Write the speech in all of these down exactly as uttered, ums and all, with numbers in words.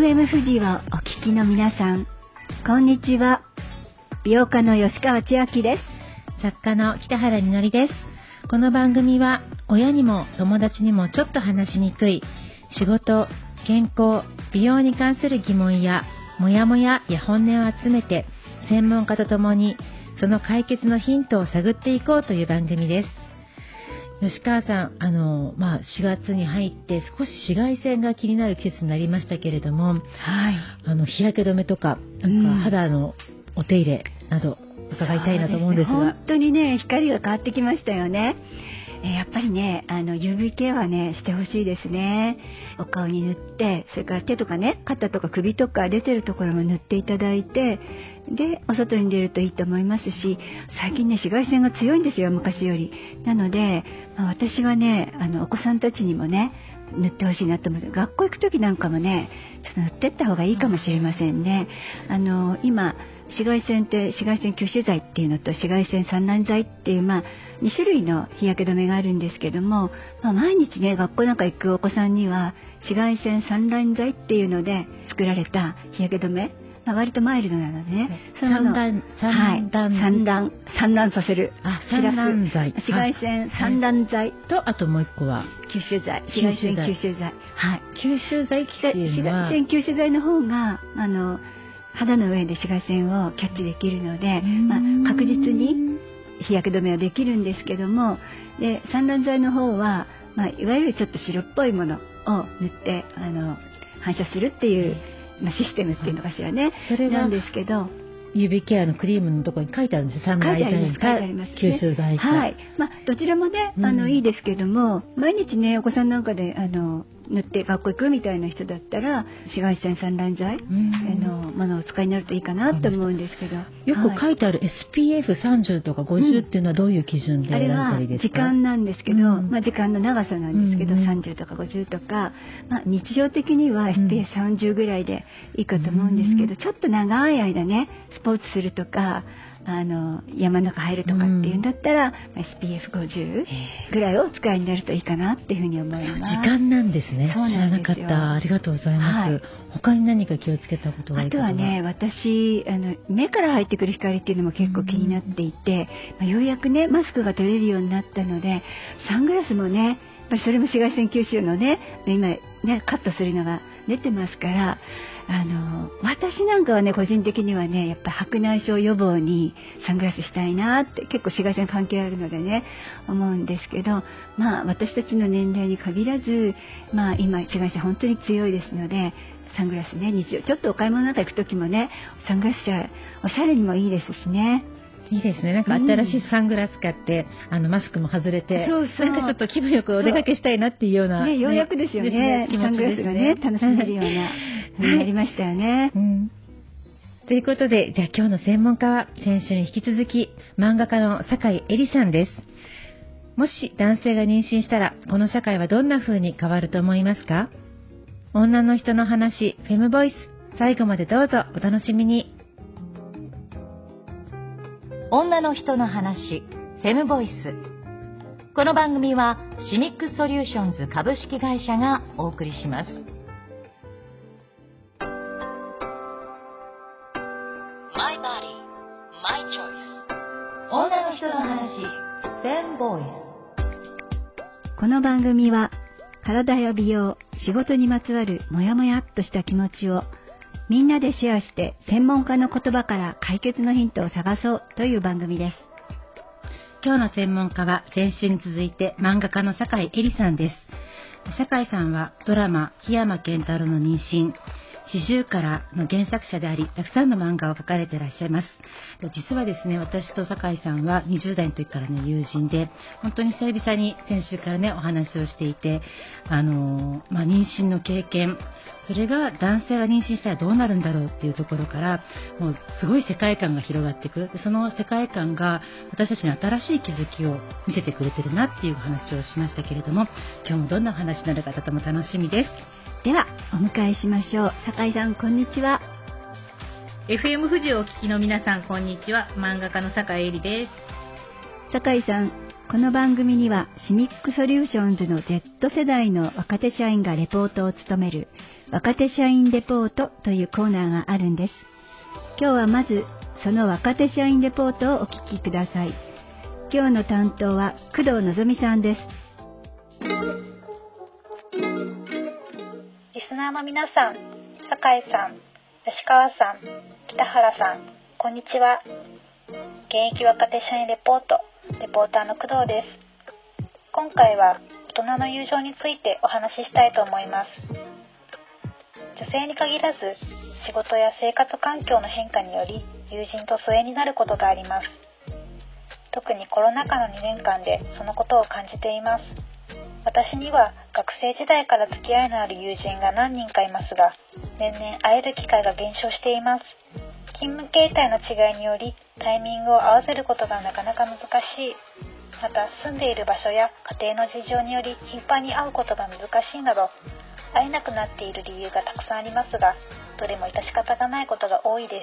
エム 富士をお聞きの皆さん、こんにちは。美容家の吉川千明です。 作家の北原みのりです。この番組は親にも友達にもちょっと話しにくい仕事、健康、美容に関する疑問やモヤモヤや本音を集めて、専門家とともにその解決のヒントを探っていこうという番組です。吉川さん、あの、まあ、しがつに入って少し紫外線が気になる季節になりましたけれども、はい、あの日焼け止めとか、なんか肌のお手入れなど伺いたいなと思うんですが、 そうですね、本当にね、光が変わってきましたよね。えー、やっぱりね、あの ユーブイ ケアはねしてほしいですね。お顔に塗って、それから手とかね、肩とか首とか出てるところも塗っていただいて、でお外に出るといいと思いますし、最近ね紫外線が強いんですよ、昔より。なので、まあ、私はね、あのお子さんたちにもね塗ってほしいなと思って、学校行く時なんかもねちょっと塗ってった方がいいかもしれませんね。あの今紫外線って紫外線吸収剤っていうのと紫外線散乱剤っていう、まあ、に種類の日焼け止めがあるんですけども、まあ、毎日ね学校なんか行くお子さんには紫外線散乱剤っていうので作られた日焼け止め、まあ、割とマイルドなのでね、 その散乱散乱、はい、散乱散乱させるあ散乱剤、 紫外線散乱剤と、あともう一個は吸収剤、紫外線吸収剤、はい、 吸収剤っていうのは紫外線吸収剤の方があの肌の上で紫外線をキャッチできるので、まあ、確実に日焼け止めはできるんですけども、で散乱剤の方は、まあ、いわゆるちょっと白っぽいものを塗ってあの反射するっていう、まあ、システムっていうのかしらね、それなんですけど、 ユーブイ ケアのクリームのところに書いてあるんです。散乱剤か吸収剤か、 はい、まあ、どちらもね、あの、うん、いいですけども、毎日ねお子さんなんかであの塗って学校行くみたいな人だったら紫外線散乱剤のものをお使いになるといいかなと思うんですけど、 よく書いてある エスピーエフさんじゅう とかごじゅうっていうのはどういう基準で選んだらいいですか？ あれは時間なんですけど、うん、まあ、時間の長さなんですけど、うん、さんじゅうとかごじゅうとか、まあ、日常的には エスピーエフさんじゅう ぐらいでいいかと思うんですけど、うん、ちょっと長い間ねスポーツするとかあの山の中入るとかっていうんだったら、うん、エスピーエフごじゅう ぐらいをお使いになるといいかなっていうふうに思います。 時間なんですね。 そうなんですよ。 知らなかった。ありがとうございます。はい、他に何か気をつけたことがいいか。 あとはね、私あの目から入ってくる光っていうのも結構気になっていて、まあ、ようやくねマスクが取れるようになったので、サングラスもねやっぱりそれも紫外線吸収のね今ねカットするのが出てますから、あの私なんかはね個人的にはねやっぱ白内障予防にサングラスしたいなって、結構紫外線関係あるのでね思うんですけど、まあ私たちの年齢に限らず、まあ今紫外線本当に強いですので、サングラスね、日常ちょっとお買い物なんか行く時もねサングラスじゃおしゃれにもいいですしね。 いいですね。なんか新しいサングラス買って、うん、あのマスクも外れて、そうそう、なんかちょっと気分よくお出かけしたいなっていうような、 ね、ようやくですよね。ね、サングラスがね楽しめるような風になりましたよね。 うん、ということで、じゃあ今日の専門家は先週に引き続き漫画家の酒井絵里さんです。もし男性が妊娠したらこの社会はどんな風に変わると思いますか？女の人の話、フェムボイス、最後までどうぞお楽しみに。 女の人の話、フェムボイス。この番組はシニックソリューションズ株式会社がお送りします。マイボディ、マイチョイス。女の人の話、フェムボイス。 この番組は体や美容、仕事にまつわるモヤモヤっとした気持ちをみんなでシェアして専門家の言葉から解決のヒントを探そうという番組です。 今日の専門家は先週に続いて漫画家の酒井絵里さんです。酒井さんはドラマ檜山健太郎の妊娠、四十からの原作者であり、たくさんの漫画を描かれていらっしゃいます。実はですね、私と酒井さんはにじゅう代の時からね友人で、本当に久々に先週からねお話をしていて、あのまあ、妊娠の経験、それが男性が妊娠したらどうなるんだろうっていうところから、もうすごい世界観が広がっていく。でその世界観が私たちに新しい気づきを見せてくれてるなっていう話をしましたけれども、今日もどんな話になるかとても楽しみです。 ではお迎えしましょう。酒井さん、こんにちは。 エフエム 富士をお聞きの皆さん、こんにちは。漫画家の酒井絵里です。 酒井さん、 この番組にはシニックソリューションズの Z 世代の若手社員がレポートを務める若手社員レポートというコーナーがあるんです。今日はまずその若手社員レポートをお聞きください。今日の担当は工藤のぞみさんです。 リスナーの皆さん、酒井さん、吉川さん、北原さん、こんにちは。現役若手社員レポートレポーターの工藤です。今回は大人の友情についてお話ししたいと思います。女性に限らず仕事や生活環境の変化により友人と疎遠になることがあります。特にコロナ禍のにねんかんでそのことを感じています。私には学生時代から付き合いのある友人が何人かいますが、年々会える機会が減少しています。勤務形態の違いによりタイミングを合わせることがなかなか難しい。また住んでいる場所や家庭の事情により頻繁に会うことが難しいなど、会えなくなっている理由がたくさんありますが、どれも致し方がないことが多いです。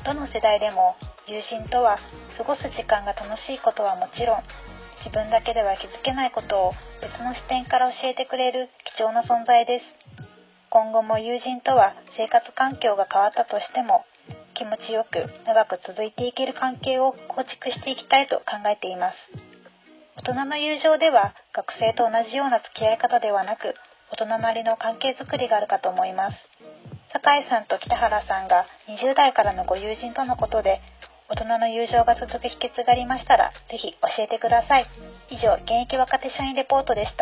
どの世代でも友人とは過ごす時間が楽しいことはもちろん、自分だけでは気づけないことを別の視点から教えてくれる貴重な存在です。今後も友人とは生活環境が変わったとしても、気持ちよく長く続いていける関係を構築していきたいと考えています。大人の友情では学生と同じような付き合い方ではなく、大人なりの関係づくりがあるかと思います。酒井さんと北原さんがにじゅう代からのご友人とのことで、大人の友情が続く秘訣がありましたら、ぜひ教えてください。以上、現役若手社員レポートでした。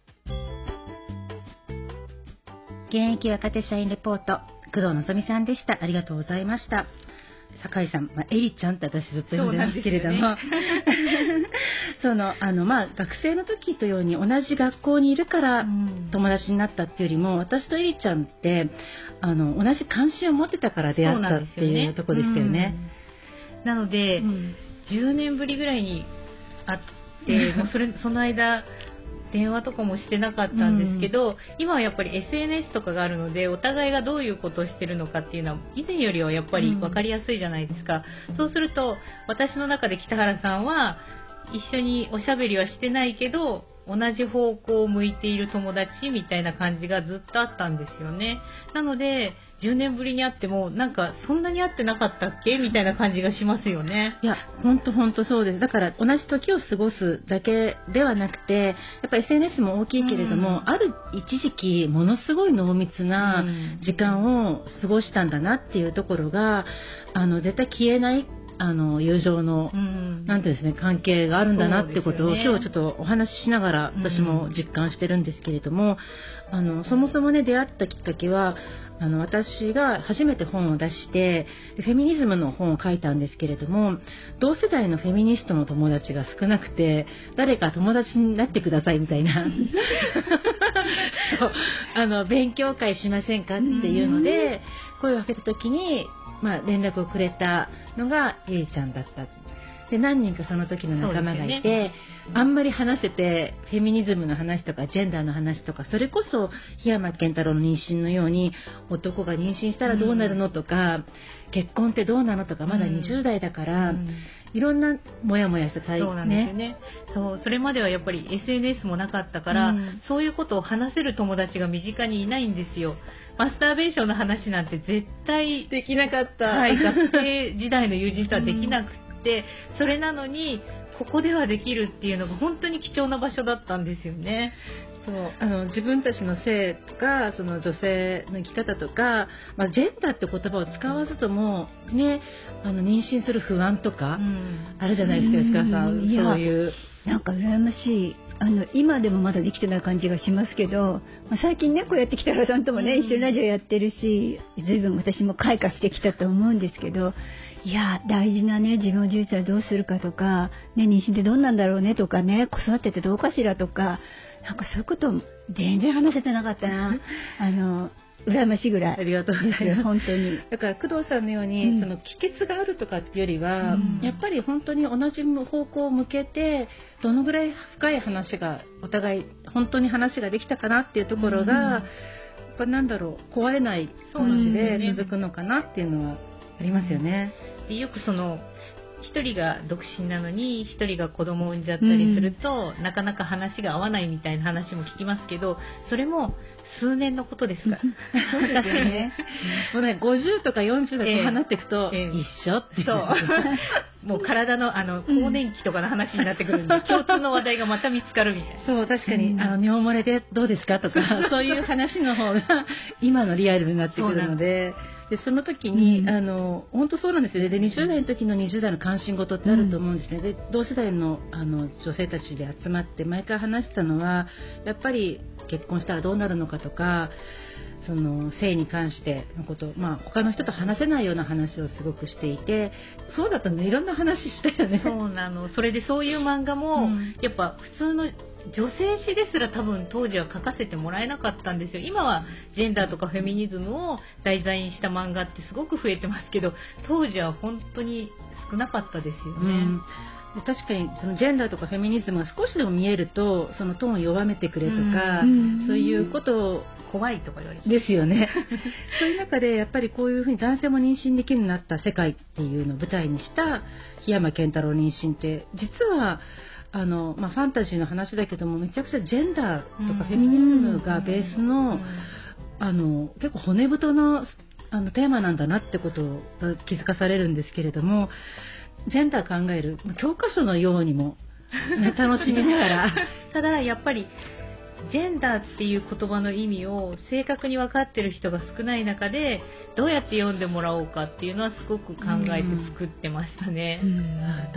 現役若手社員レポート、工藤のぞみさんでした。ありがとうございました。酒井さん、まあ、エリちゃんって私ずっと呼んでますけれども、そのあの、まあ、学生の時というように同じ学校にいるから友達になったっていうよりも、私とエリちゃんってあの同じ関心を持ってたから出会ったっていうところでしたよね。 なので、うん、じゅうねんぶりぐらいに会ってもうそれその間電話とかもしてなかったんですけど、うん、今はやっぱり エスエヌエス とかがあるので、お互いがどういうことをしてるのかっていうのは以前よりはやっぱり分かりやすいじゃないですか、うん、そうすると私の中で北原さんは一緒におしゃべりはしてないけど同じ方向を向いている友達みたいな感じがずっとあったんですよね。なのでじゅうねんぶりに会ってもなんかそんなに会ってなかったっけみたいな感じがしますよね。 いや本当本当そうです。だから同じ時を過ごすだけではなくて、やっぱり エスエヌエス も大きいけれども、うん、ある一時期ものすごい濃密な時間を過ごしたんだなっていうところが、あの絶対消えないあの友情の、うん、なんてですね、関係があるんだなってことを、ね、今日ちょっとお話ししながら私も実感してるんですけれども、うん、あのそもそもね出会ったきっかけはあの私が初めて本を出してフェミニズムの本を書いたんですけれども、同世代のフェミニストの友達が少なくて、誰か友達になってくださいみたいなそうあの勉強会しませんかっていうので声をかけた時に、まあ、連絡をくれたのがエリちゃんだった。で何人かその時の仲間がいて、ね、あんまり話せてフェミニズムの話とかジェンダーの話とか、それこそ檜山健太郎の妊娠のように男が妊娠したらどうなるのとか、うん、結婚ってどうなのとか、まだにじゅう代だから、うん、いろんなモヤモヤした体験、 そうなんですよね。そうそれまではやっぱり エスエヌエス もなかったから、うん、そういうことを話せる友達が身近にいないんですよ。マスターベーションの話なんて絶対できなかった、 はい、学生時代の友人とはできなくて、でそれなのにここではできるっていうのが本当に貴重な場所だったんですよね。 そうあの自分たちの性とかその女性の生き方とか、まあ、ジェンダーって言葉を使わずとも、ね、あの妊娠する不安とか、うん、あるじゃないですか、吉川さん。そういうなんか羨ましい。あの今でもまだできてない感じがしますけど、まあ、最近ねこうやって北原さんともね、うん、一緒にラジオやってるし、随分私も開花してきたと思うんですけど、いや大事なね自分をじゅう代どうするかとか、ね、妊娠ってどんなんだろうねとかね、子育てってどうかしらとか、なんかそういうこと全然話せてなかったなあの羨ましいぐらい。 ありがとうございます。 本当に。 だから工藤さんのように、うん、その帰結があるとかっていうよりは、うん、やっぱり本当に同じ方向を向けてどのぐらい深い話がお互い本当に話ができたかなっていうところが、うん、やっぱなんだろう、壊れない感じで続くのかなっていうのはありますよね。 でよくその一人が独身なのに一人が子供を産んじゃったりすると、うん、なかなか話が合わないみたいな話も聞きますけど、それも数年のことですから。 そうですよね。 もうね、ごじゅうとかよんじゅうが後半になっていくと、ええ、一緒っていう。 そう。もう体のあの更年期とかの話になってくるんで、うん、共通の話題がまた見つかるみたいな。 そう、確かに、うん、あの尿漏れでどうですかとか、そういう話の方が今のリアルになってくるので。でその時に、うん、あの本当そうなんですよね。でにじゅう代の時のにじゅう代の関心事ってあると思うんですね。で同世代のあの女性たちで集まって毎回話したのは、やっぱり結婚したらどうなるのかとか、その性に関してのこと、まあ、他の人と話せないような話をすごくしていて、そうだったね、いろんな話したよね。 そうなの。それでそういう漫画も、うん、やっぱ普通の女性誌ですら多分当時は書かせてもらえなかったんですよ。今はジェンダーとかフェミニズムを題材にした漫画ってすごく増えてますけど、当時は本当に少なかったですよね。うんで確かにそのジェンダーとかフェミニズムが少しでも見えると、そのトーンを弱めてくれとか、うん、そういうことを怖いとか言われてですよね。そういう中でやっぱりこういうふうに男性も妊娠できるようになった世界っていうのを舞台にした檜山健太郎妊娠って、実はあの、まあ、ファンタジーの話だけども、めちゃくちゃジェンダーとかフェミニズムがベースの、あの結構骨太の、あのテーマなんだなってことを気づかされるんですけれども、ジェンダー考える教科書のようにも、ね、楽しみながらただやっぱりジェンダーっていう言葉の意味を正確に分かってる人が少ない中で、どうやって読んでもらおうかっていうのはすごく考えて作ってましたね。 うんうん、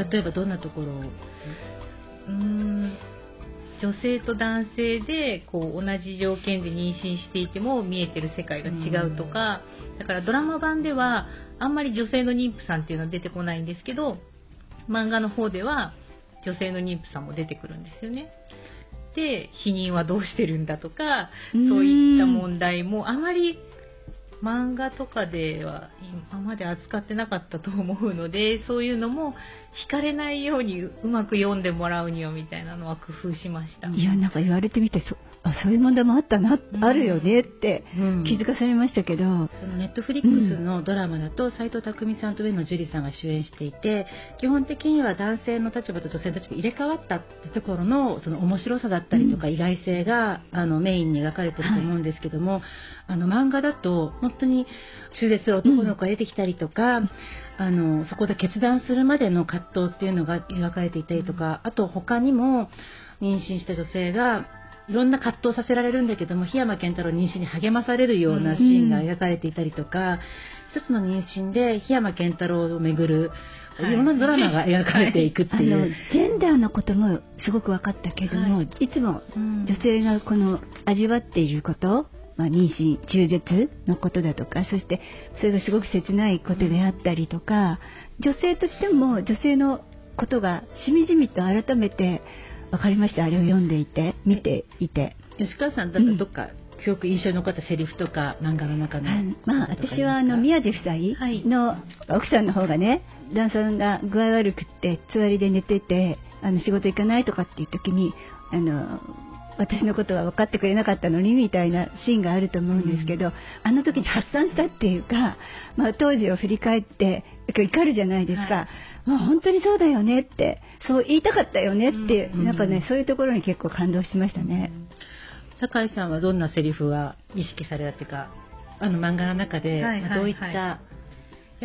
例えばどんなところを？ うーん女性と男性でこう同じ条件で妊娠していても見えてる世界が違うとか、だからドラマ版ではあんまり女性の妊婦さんっていうのは出てこないんですけど、漫画の方では女性の妊婦さんも出てくるんですよね。で避妊はどうしてるんだとか、そういった問題もあまり漫画とかでは今まで扱ってなかったと思うので、そういうのも惹かれないようにうまく読んでもらうにはみたいなのは工夫しました。 いや、なんか言われてみて、そあそういう問題もあったな、うん、あるよねって気づかされましたけど、うん、 そのネットフリックスのドラマだと斎藤工さんと上野樹里さんが主演していて、基本的には男性の立場と女性の立場入れ替わったってところのその面白さだったりとか意外性が、うん、あのメインに描かれてると思うんですけども、はい、あの漫画だと本当に中絶する男の子が出てきたりとか、うん、あのそこで決断するまでの葛藤っていうのが描かれていたりとか、あと他にも妊娠した女性がいろんな葛藤させられるんだけども、檜山健太郎妊娠に励まされるようなシーンが描かれていたりとか、うん、一つの妊娠で檜山健太郎をめぐるいろんなドラマが描かれていくっていう、 はい、あのジェンダーのこともすごく分かったけれども、はい、いつも女性がこの味わっていること、まあ、妊娠中絶のことだとか、そしてそれがすごく切ないことであったりとか、うん、女性としても女性のことがしみじみと改めて分かりました。あれを読んでいて見ていて。 吉川さん、だからどっか、うん、すごく印象に残ったセリフとか漫画の中の、 まあ、私はあの宮地夫妻の奥さんの方がね、旦那さんが具合悪くってつわりで寝てて、あの仕事行かないとかっていう時に、あの私のことは分かってくれなかったのにみたいなシーンがあると思うんですけど、うん、あの時に発散したっていうか、まあ、当時を振り返って怒るじゃないですか、はい、まあ、本当にそうだよねって、そう言いたかったよねって、うん、なんかね、そういうところに結構感動しましたね。 うん、酒井さんはどんなセリフは意識されたっていうか、あの漫画の中でどういった、はいはいはい、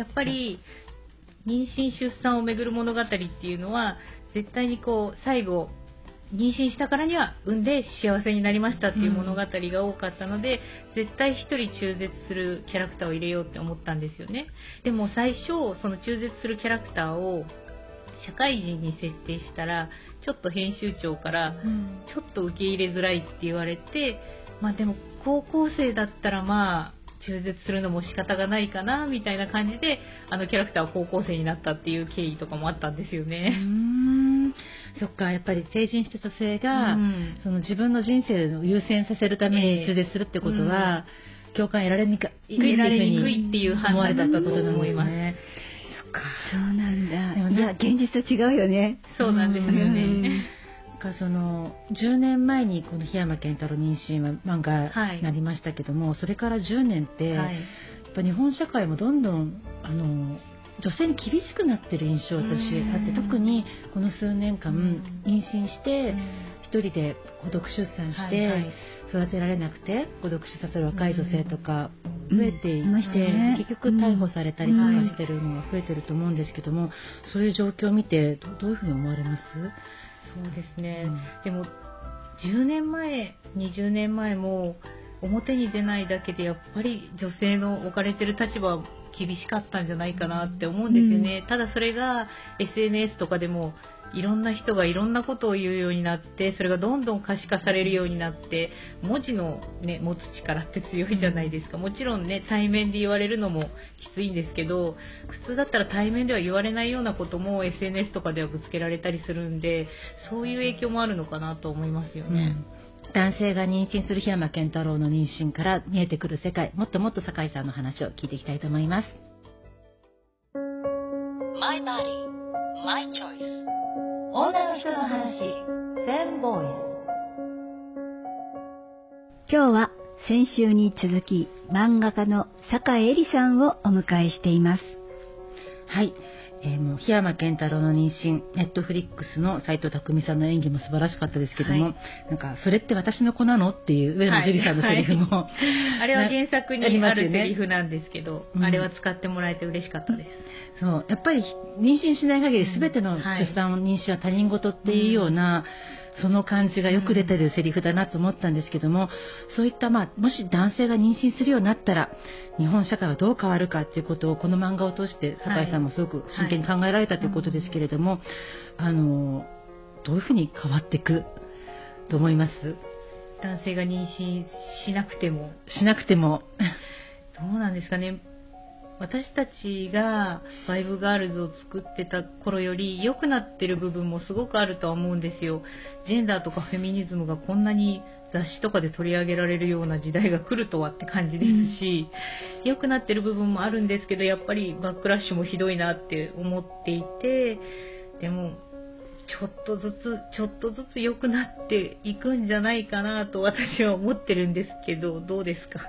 やっぱり妊娠出産をめぐる物語っていうのは絶対にこう最後妊娠したからには産んで幸せになりましたっていう物語が多かったので、うん、絶対一人中絶するキャラクターを入れようって思ったんですよね。でも最初その中絶するキャラクターを社会人に設定したら、ちょっと編集長からちょっと受け入れづらいって言われて、うん、まあでも高校生だったらまあ中絶するのも仕方がないかなみたいな感じで、あのキャラクターは高校生になったっていう経緯とかもあったんですよね。 うーん、そっか、やっぱり成人した女性が、うん、その自分の人生を優先させるために中絶するってことは、えーうん、共感得られにくいっていう判断だったと思います。 そっか、そうなんだ。でもいや、現実と違うよね。 そうなんですよね。 かそのじゅうねんまえにこの檜山健太郎妊娠は漫画になりましたけども、はい、それからじゅうねんって、はい、やっぱ日本社会もどんどんあの女性に厳しくなってる印象私あって、特にこの数年間妊娠して一人で孤独出産して育てられなくて孤独死させる若い女性とか増えていて、ね、結局逮捕されたりとかしてるのが増えてると思うんですけども、そういう状況を見て ど, どういうふうに思われます？ そうですね、うん、でもじゅうねんまえにじゅうねんまえも表に出ないだけでやっぱり女性の置かれてる立場は厳しかったんじゃないかなって思うんですよね、うん、ただそれが エスエヌエス とかでもいろんな人がいろんなことを言うようになって、それがどんどん可視化されるようになって、文字の、ね、持つ力って強いじゃないですか。もちろんね対面で言われるのもきついんですけど、普通だったら対面では言われないようなことも エスエヌエス とかではぶつけられたりするんで、そういう影響もあるのかなと思いますよね、 うん、男性が妊娠する檜山健太郎の妊娠から見えてくる世界、もっともっと酒井さんの話を聞いていきたいと思います。 My body, my choice。女の人の話、フェムボイス。 今日は先週に続き漫画家の酒井絵里さんをお迎えしています。 はい、えー、もう檜山健太郎の妊娠、ネットフリックスの斉藤工さんの演技も素晴らしかったですけども、はい、なんかそれって私の子なのっていう上野樹里さんのセリフも、はい、 あれは原作にあるセリフなんですけど、あ, ね、あれは使ってもらえて嬉しかったです、 うん、そうやっぱり妊娠しない限り全ての出産、うんはい、妊娠は他人事っていうような、うん、その感じがよく出てるセリフだなと思ったんですけども、そういった、まあ、もし男性が妊娠するようになったら日本社会はどう変わるかっていうことをこの漫画を通して酒井さんもすごく真剣に考えられたということですけれども、はいはい、あのどういうふうに変わっていくと思います？ 男性が妊娠しなくてもしなくてもどうなんですかね。私たちがバイブガールズを作ってた頃より良くなってる部分もすごくあるとは思うんですよ。ジェンダーとかフェミニズムがこんなに雑誌とかで取り上げられるような時代が来るとはって感じですし、うん、良くなってる部分もあるんですけど、やっぱりバックラッシュもひどいなって思っていて、でもちょっとずつちょっとずつ良くなっていくんじゃないかなと私は思ってるんですけど、どうですか？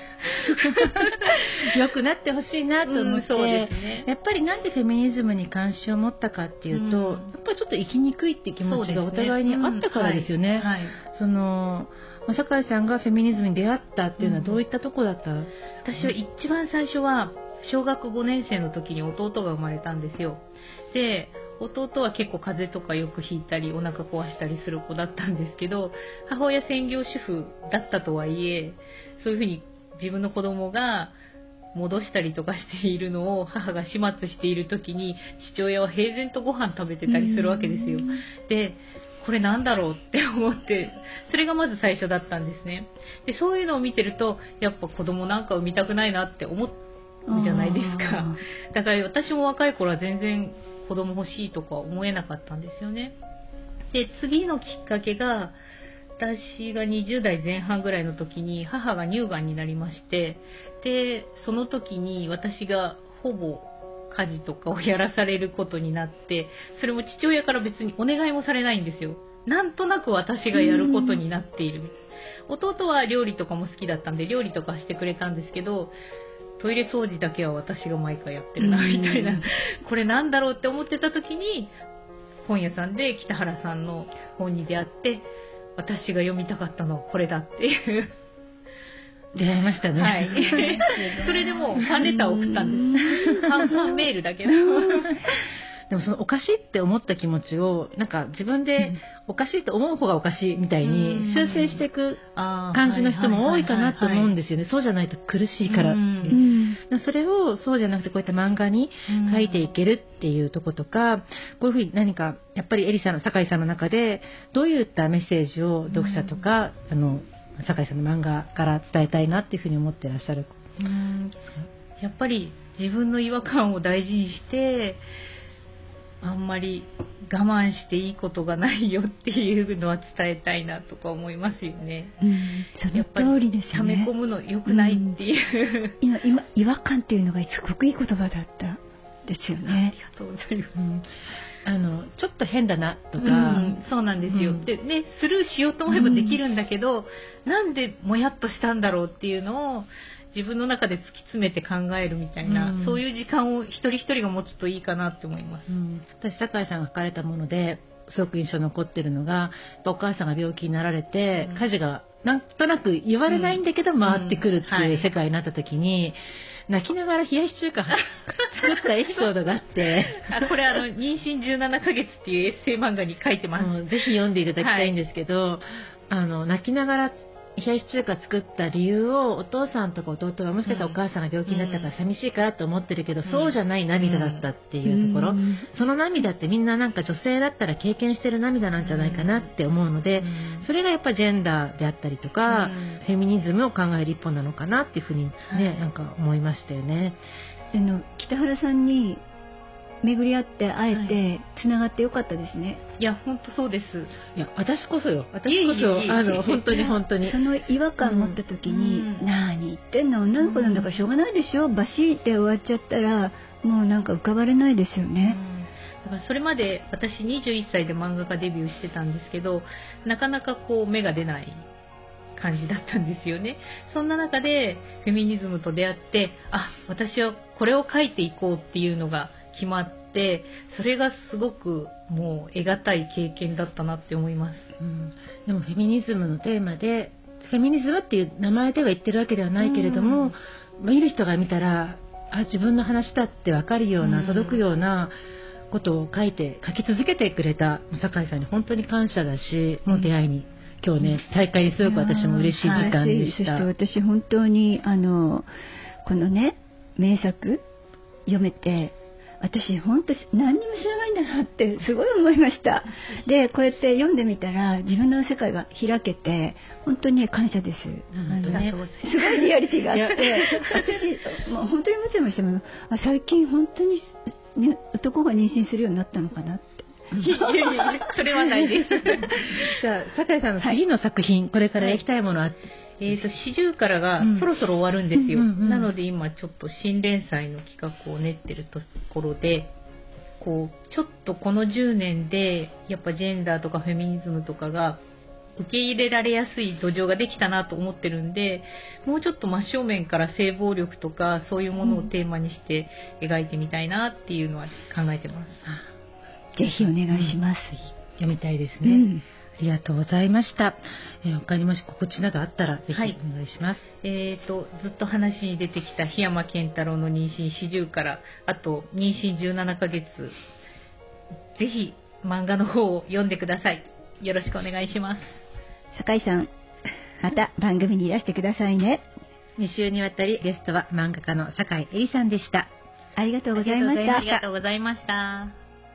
良くなってほしいなと思って、うんそうですね、やっぱりなんでフェミニズムに関心を持ったかっていうと、うん、やっぱりちょっと生きにくいって気持ちがお互いにあったからですよね。その酒井さんがフェミニズムに出会ったっていうのはどういったとこだった？うん、 私は一番最初は小学ごねん生の時に弟が生まれたんですよ。で弟は結構風邪とかよくひいたりお腹壊したりする子だったんですけど、母親専業主婦だったとはいえ、そういうふうに自分の子供が戻したりとかしているのを母が始末している時に父親は平然とご飯食べてたりするわけですよ。でこれなんだろうって思って、それがまず最初だったんですね。でそういうのを見てるとやっぱ子供なんか産みたくないなって思うじゃないですか。だから私も若い頃は全然子供欲しいとか思えなかったんですよね。で次のきっかけが、私がにじゅう代前半ぐらいの時に母が乳がんになりまして、でその時に私がほぼ家事とかをやらされることになって、それも父親から別にお願いもされないんですよ。なんとなく私がやることになっている。弟は料理とかも好きだったんで料理とかしてくれたんですけど、トイレ掃除だけは私が毎回やってるなみたいな、これなんだろうって思ってた時に本屋さんで北原さんの本に出会って、私が読みたかったのはこれだっていう出会いましたね。 はい。それでもうファンレターを送ったんです。ファンファンメールだけど。 でもそのおかしいって思った気持ちをなんか自分でおかしいと思う方がおかしいみたいに修正していく感じの人も多いかなと思うんですよね。そうじゃないと苦しいからって。それをそうじゃなくてこういった漫画に書いていけるっていうとことか、こういうふうに何かやっぱりエリさんの酒井さんの中でどういったメッセージを読者とかあの酒井さんの漫画から伝えたいなっていうふうに思ってらっしゃる？ うん、やっぱり自分の違和感を大事にしてあんまり我慢していいことがないよっていうのは伝えたいなとか思いますよね。 うん、その通りですよね。 溜め込むの良くないっていう、 うん、今今違和感っていうのがすごくいい言葉だったですよね。 ありがとうございます。うん、 あのちょっと変だなとか、うん、 そうなんですよ。うん、でねスルーしようと思えばできるんだけど、うん、なんでもやっとしたんだろうっていうのを自分の中で突き詰めて考えるみたいな、うん、そういう時間を一人一人が持つといいかなって思います、うん、 私酒井さんが書かれたものですごく印象に残ってるのが、お母さんが病気になられて、うん、家事がなんとなく言われないんだけど回ってくるっていう世界になった時に、うんはい、泣きながら冷やし中華作ったエピソードがあってあこれあの妊娠じゅうななかげつっていうエッセイ漫画に書いてます、 うん、ぜひ読んでいただきたいんですけど、はい、あの泣きながら冷やし中華作った理由をお父さんとか弟はもしかしたらお母さんが病気になったから寂しいからと思ってるけど、うん、そうじゃない涙だったっていうところ、うん、その涙ってみんななんか女性だったら経験してる涙なんじゃないかなって思うので、うん、それがやっぱジェンダーであったりとか、うん、フェミニズムを考える一本なのかなっていうふうにね、はい、なんか思いましたよね。 あの北原さんに巡り合って会えてつながってよかったですね、 はい、いや本当そうです。 いや私こそよ私こそあの本当に本当にその違和感を持った時に、うん、何言ってんの女の子なんだからしょうがないでしょ、バシーって終わっちゃったらもうなんか浮かばれないですよね、 うん、だからそれまで私にじゅういっさいで漫画家デビューしてたんですけど、なかなかこう芽が出ない感じだったんですよね。そんな中でフェミニズムと出会って、あ私はこれを書いていこうっていうのが決まって、それがすごくもう得難い経験だったなって思います、 うん、でもフェミニズムのテーマでフェミニズムっていう名前では言ってるわけではないけれども、うん、見る人が見たらあ自分の話だって分かるような、うん、届くようなことを書いて書き続けてくれた酒井さんに本当に感謝だし、もう出会いに今日ね大会にすごく私も嬉しい時間でした。 そして私本当にあのこのね名作読めて、私本当何にも知らないんだなってすごい思いました。でこうやって読んでみたら自分の世界が開けて本当に感謝です。あのね、すごいリアリティがあって私もう本当に思っちゃいましたもん。あ最近本当に、ね、男が妊娠するようになったのかなって。 いやいやいやそれはないですさあ酒井さんの次の作品、はい、これからやりたいものは、はいえーと、四十からがそろそろ終わるんですよ、うんうんうん、なので今ちょっと新連載の企画を練ってるところで、こうちょっとこのじゅうねんでやっぱジェンダーとかフェミニズムとかが受け入れられやすい土壌ができたなと思ってるんで、もうちょっと真正面から性暴力とかそういうものをテーマにして描いてみたいなっていうのは考えてます、 うん、ぜひお願いします、うん、 読みたいですね、うんありがとうございました。えー、他にもし告知などあったらぜひお願いします。 はい、えーとずっと話に出てきた檜山健太郎の妊娠四十から、あと妊娠じゅうななかげつ、ぜひ漫画の方を読んでください。よろしくお願いします。 酒井さん、また番組にいらしてくださいね。 に週にわたりゲストは漫画家の酒井絵里さんでした。 ありがとうございました。 ありがとうございました。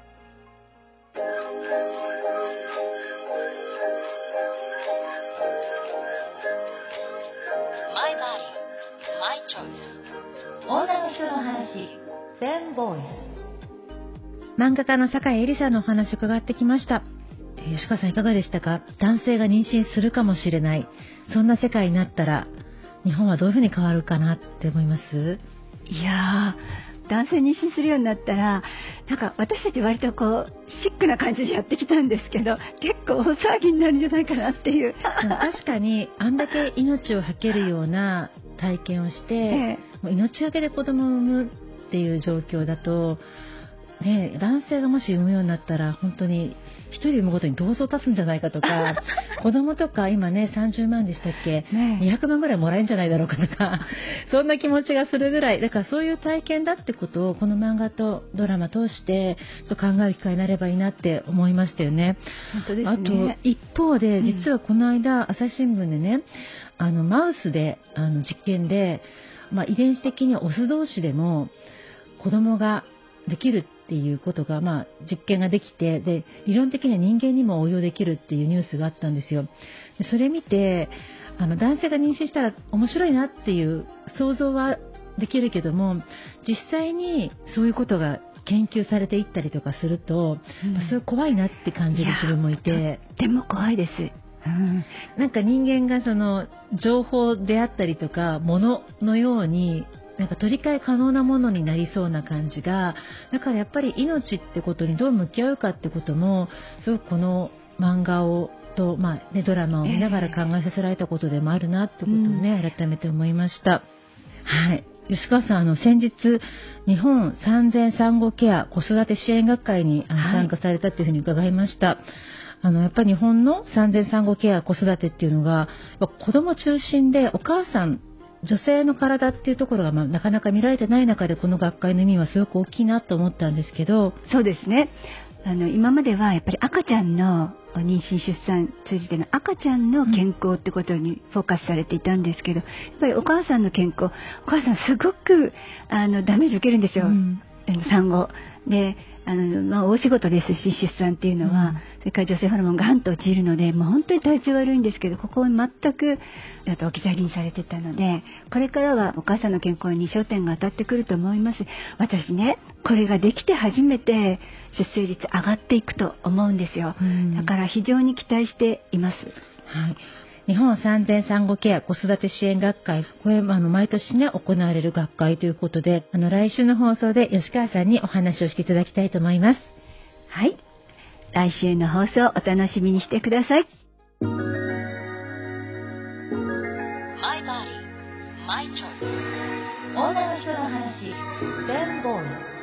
女の人の話、フェンボイス。漫画家の酒井絵里さんのお話を伺ってきました。えー、吉川さんいかがでしたか？男性が妊娠するかもしれない、そんな世界になったら日本はどういうふうに変わるかなって思います？ いやー、男性妊娠するようになったらなんか私たち割とこうシックな感じでやってきたんですけど、結構大騒ぎになるんじゃないかなっていう確かにあんだけ命を懸けるような体験をして、ええ、もう命がけで子供を産むっていう状況だと、ね、男性がもし産むようになったら本当に一人産むことに銅像立つんじゃないかとか子供とか今ねさんじゅうまんでしたっけ、ね、にひゃくまんぐらいもらえるんじゃないだろうかとかそんな気持ちがするぐらいだから、そういう体験だってことをこの漫画とドラマ通してそう考える機会になればいいなって思いましたよね。 本当ですね。 あと一方で実はこの間、うん、朝日新聞でねあのマウスであの実験で、まあ、遺伝子的にはオス同士でも子供ができるっていうことが、まあ、実験ができて、で理論的には人間にも応用できるっていうニュースがあったんですよ。でそれ見てあの男性が妊娠したら面白いなっていう想像はできるけども、実際にそういうことが研究されていったりとかすると、うん、それ怖いなって感じる自分もいて。 でも怖いです。 うん、なんか人間がその情報であったりとか物のようになんか取り替え可能なものになりそうな感じが、だからやっぱり命ってことにどう向き合うかってこともすごくこの漫画をと、まあね、ドラマを見ながら考えさせられたことでもあるなってことをね、えー、改めて思いました。 はい。吉川さん、あの先日日本産前産後ケア子育て支援学会にあの、はい、参加されたというふうに伺いました。あのやっぱり日本の産前産後ケア子育てっていうのが子供中心で、お母さん女性の体っていうところが、まあ、なかなか見られてない中で、この学会の意味はすごく大きいなと思ったんですけど。 そうですね。あの今まではやっぱり赤ちゃんの妊娠出産通じての赤ちゃんの健康ってことにフォーカスされていたんですけど、やっぱりお母さんの健康、お母さんすごくあのダメージ受けるんですよ、うん、産後で、あの、まあ、大仕事ですし出産っていうのは、うん、それから女性ホルモンがガンと落ちるので、もう本当に体調悪いんですけど、ここを全くと置き去りにされてたので、これからはお母さんの健康に焦点が当たってくると思います。私ね、これができて初めて出生率上がっていくと思うんですよ、うん、だから非常に期待しています。 はい、日本産前産後ケア子育て支援学会、これあの毎年ね行われる学会ということで、あの来週の放送で吉川さんにお話をしていただきたいと思います。 はい、来週の放送お楽しみにしてください。 My Body, My Choice 女の人の話、フェムボイス。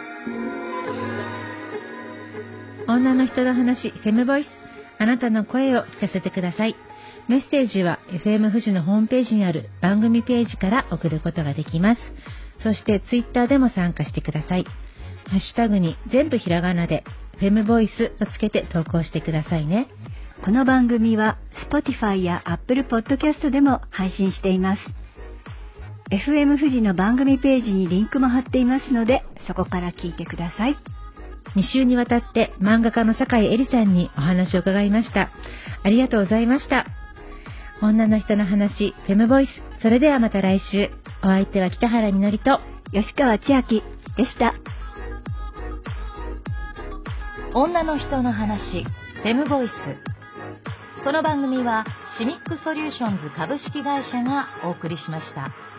女の人の話、フェムボイス。あなたの声を聞かせてください。メッセージは エフエム 富士のホームページにある番組ページから送ることができます。そしてツイッターでも参加してください。ハッシュタグに全部ひらがなでフェムボイスとつけて投稿してくださいね。 この番組は Spotify や Apple Podcast でも配信しています。エフエム 富士の番組ページにリンクも貼っていますので、そこから聞いてください。 に週にわたって漫画家の坂井絵里さんにお話を伺いました。ありがとうございました。女の人の話、フェムボイス。それではまた来週。お相手は北原みのりと吉川千秋でした。 女の人の話、フェムボイス。この番組はシミックソリューションズ株式会社がお送りしました。